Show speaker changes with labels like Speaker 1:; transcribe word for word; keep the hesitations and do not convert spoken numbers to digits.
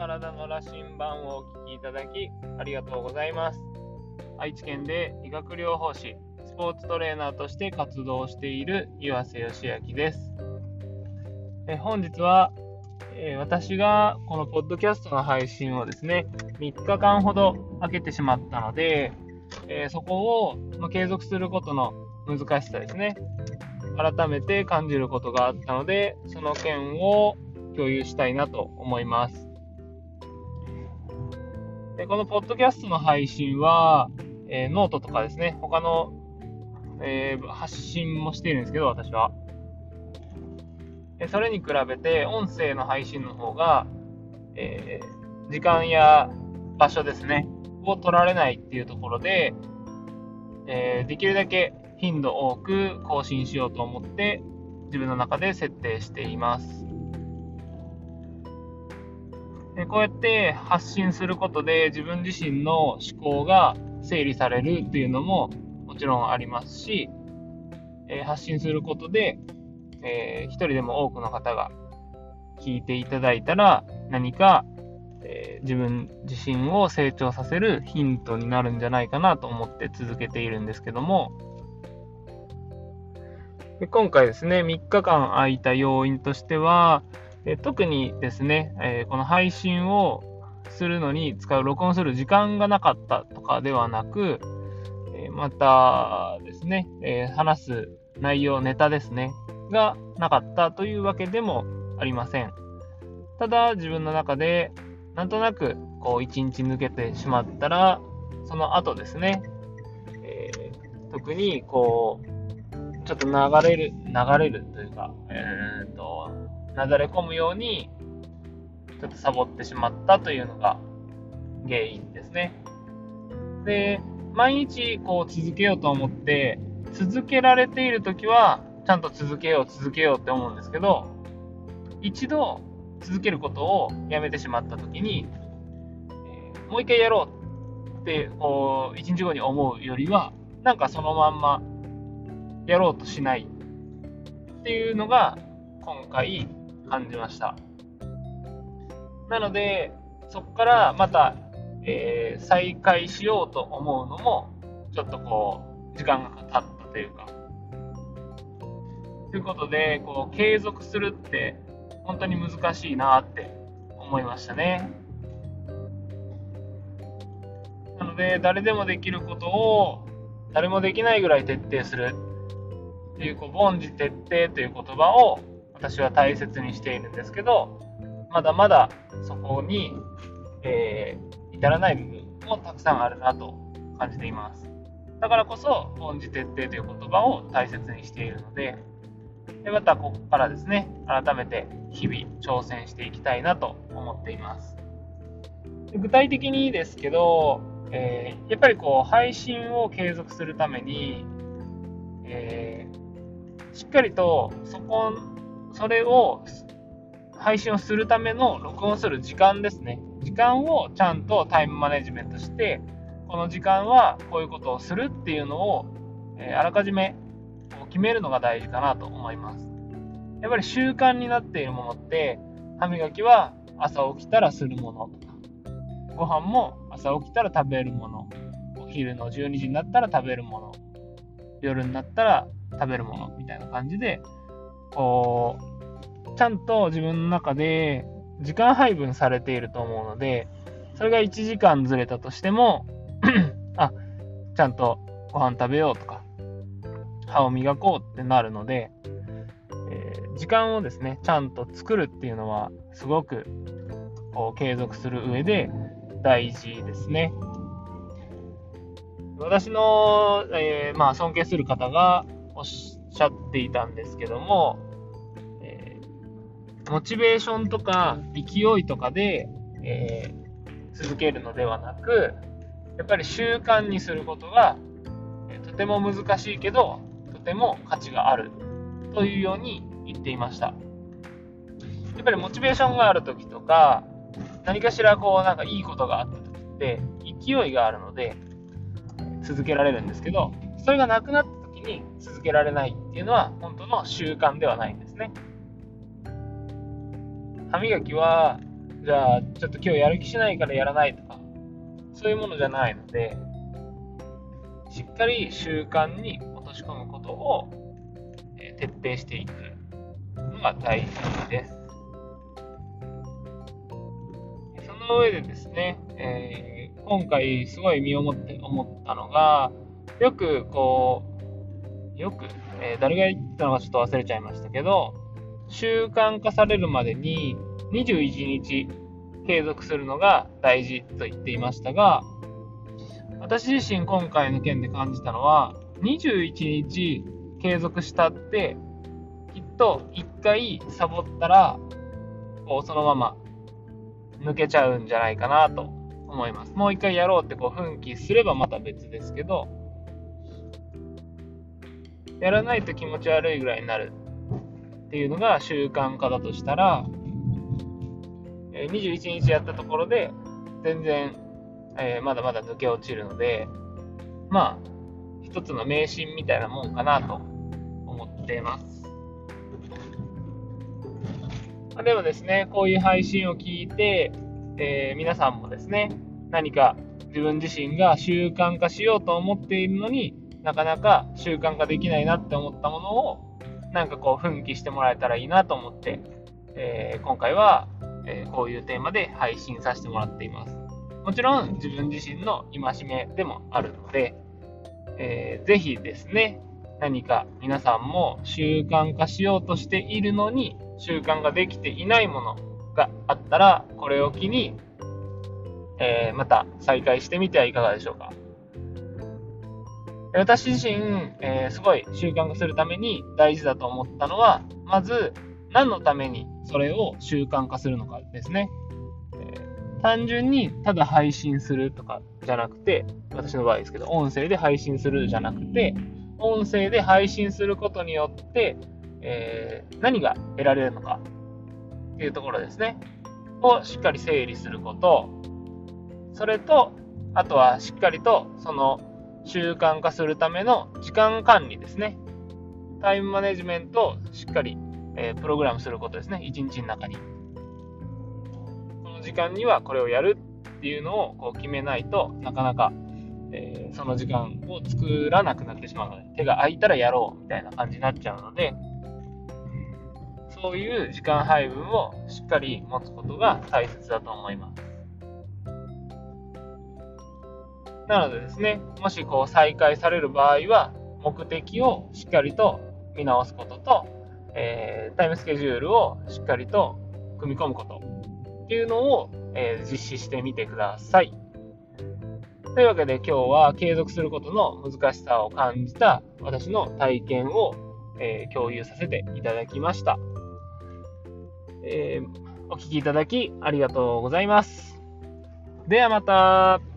Speaker 1: 体の羅針盤をお聞きいただきありがとうございます。愛知県で理学療法士、スポーツトレーナーとして活動している岩瀬義明です。え本日は、えー、私がこのポッドキャストの配信をですね、みっかかんほど空けてしまったので、えー、そこを、まあ、継続することの難しさですね、改めて感じることがあったので、その件を共有したいなと思います。でこのポッドキャストの配信は、えー、ノートとかですね、他の、えー、発信もしているんですけど、私はそれに比べて音声の配信の方が、えー、時間や場所ですねを取られないっていうところで、えー、できるだけ頻度多く更新しようと思って自分の中で設定しています。でこうやって発信することで自分自身の思考が整理されるっていうのももちろんありますし、えー、発信することで、えー、一人でも多くの方が聞いていただいたら何か、えー、自分自身を成長させるヒントになるんじゃないかなと思って続けているんですけども、で今回ですね、みっかかん空いた要因としては、え特にですね、えー、この配信をするのに使う、録音する時間がなかったとかではなく、えー、またですね、えー、話す内容、ネタですね、がなかったというわけでもありません。ただ、自分の中でなんとなくこう一日抜けてしまったら、その後ですね、えー、特にこう、ちょっと流れる、流れるというか、えーと、なだれ込むように、ちょっとサボってしまったというのが原因ですね。で、毎日こう続けようと思って、続けられているときは、ちゃんと続けよう、続けようって思うんですけど、一度続けることをやめてしまったときに、えー、もう一回やろうって、こう、一日後に思うよりは、なんかそのまんま、やろうとしないっていうのが今回感じました。なのでそこからまた、えー、再開しようと思うのもちょっとこう時間が経ったというか、ということでこう継続するって本当に難しいなって思いましたね。なので誰でもできることを誰もできないぐらい徹底するっていう、こう凡事徹底という言葉を私は大切にしているんですけど、まだまだそこに、えー、至らない部分もたくさんあるなと感じています。だからこそ凡事徹底という言葉を大切にしているので、でまたここからですね、改めて日々挑戦していきたいなと思っています。で具体的にですけど、えー、やっぱりこう配信を継続するために、えーしっかりとそこそれを配信をするための録音する時間ですね。時間をちゃんとタイムマネジメントして、この時間はこういうことをするっていうのを、えー、あらかじめ決めるのが大事かなと思います。やっぱり習慣になっているものって、歯磨きは朝起きたらするものとか、ご飯も朝起きたら食べるもの、お昼のじゅうにじになったら食べるもの、夜になったら食べるものみたいな感じで、こうちゃんと自分の中で時間配分されていると思うので、それがいちじかんずれたとしてもあ、ちゃんとご飯食べようとか歯を磨こうってなるので、えー、時間をですねちゃんと作るっていうのはすごくこう継続する上で大事ですね。私の、えーまあ、尊敬する方がおっしゃっていたんですけども、えー、モチベーションとか勢いとかで、えー、続けるのではなく、やっぱり習慣にすることが、えー、とても難しいけどとても価値があるというように言っていました。やっぱりモチベーションがある時とか、何かしらこうなんかいいことがあった時って勢いがあるので続けられるんですけど、それがなくなった時に続けられないっていうのは本当の習慣ではないんですね。歯磨きはじゃあちょっと今日やる気しないからやらないとか、そういうものじゃないので、しっかり習慣に落とし込むことを、えー、徹底していくのが大事です。その上でですね、えー、今回すごい身をもって思ったのが、よくこうよく、えー、誰が言ったのかちょっと忘れちゃいましたけど、習慣化されるまでににじゅういちにち継続するのが大事と言っていましたが、私自身今回の件で感じたのは、にじゅういちにち継続したってきっといっかいサボったらこうそのまま抜けちゃうんじゃないかなと思います。もういっかいやろうってこう奮起すればまた別ですけど、やらないと気持ち悪いぐらいになるっていうのが習慣化だとしたら、にじゅういちにちやったところで全然、えー、まだまだ抜け落ちるので、まあ一つの迷信みたいなもんかなと思っています。でもですね、こういう配信を聞いて、えー、皆さんもですね、何か自分自身が習慣化しようと思っているのになかなか習慣化できないなって思ったものをなんかこう奮起してもらえたらいいなと思って、えー、今回は、えー、こういうテーマで配信させてもらっています。もちろん自分自身の戒めでもあるので、えー、ぜひですね、何か皆さんも習慣化しようとしているのに習慣ができていないものがあったら、これを機に、えー、また再開してみてはいかがでしょうか。私自身、えー、すごい習慣化するために大事だと思ったのは、まず何のためにそれを習慣化するのかですね。えー、単純にただ配信するとかじゃなくて、私の場合ですけど、音声で配信するじゃなくて、音声で配信することによって、えー、何が得られるのかっていうところですね。をしっかり整理すること、それと、あとはしっかりとその習慣化するための時間管理ですね。タイムマネジメントをしっかり、えー、プログラムすることですね。一日の中に。この時間にはこれをやるっていうのをこう決めないとなかなか、えー、その時間を作らなくなってしまうので、手が空いたらやろうみたいな感じになっちゃうので、そういう時間配分をしっかり持つことが大切だと思います。なのでですね、もしこう再開される場合は、目的をしっかりと見直すことと、えー、タイムスケジュールをしっかりと組み込むことっていうのを、えー、実施してみてください。というわけで今日は継続することの難しさを感じた私の体験を、えー、共有させていただきました。えー、お聞きいただきありがとうございます。ではまた。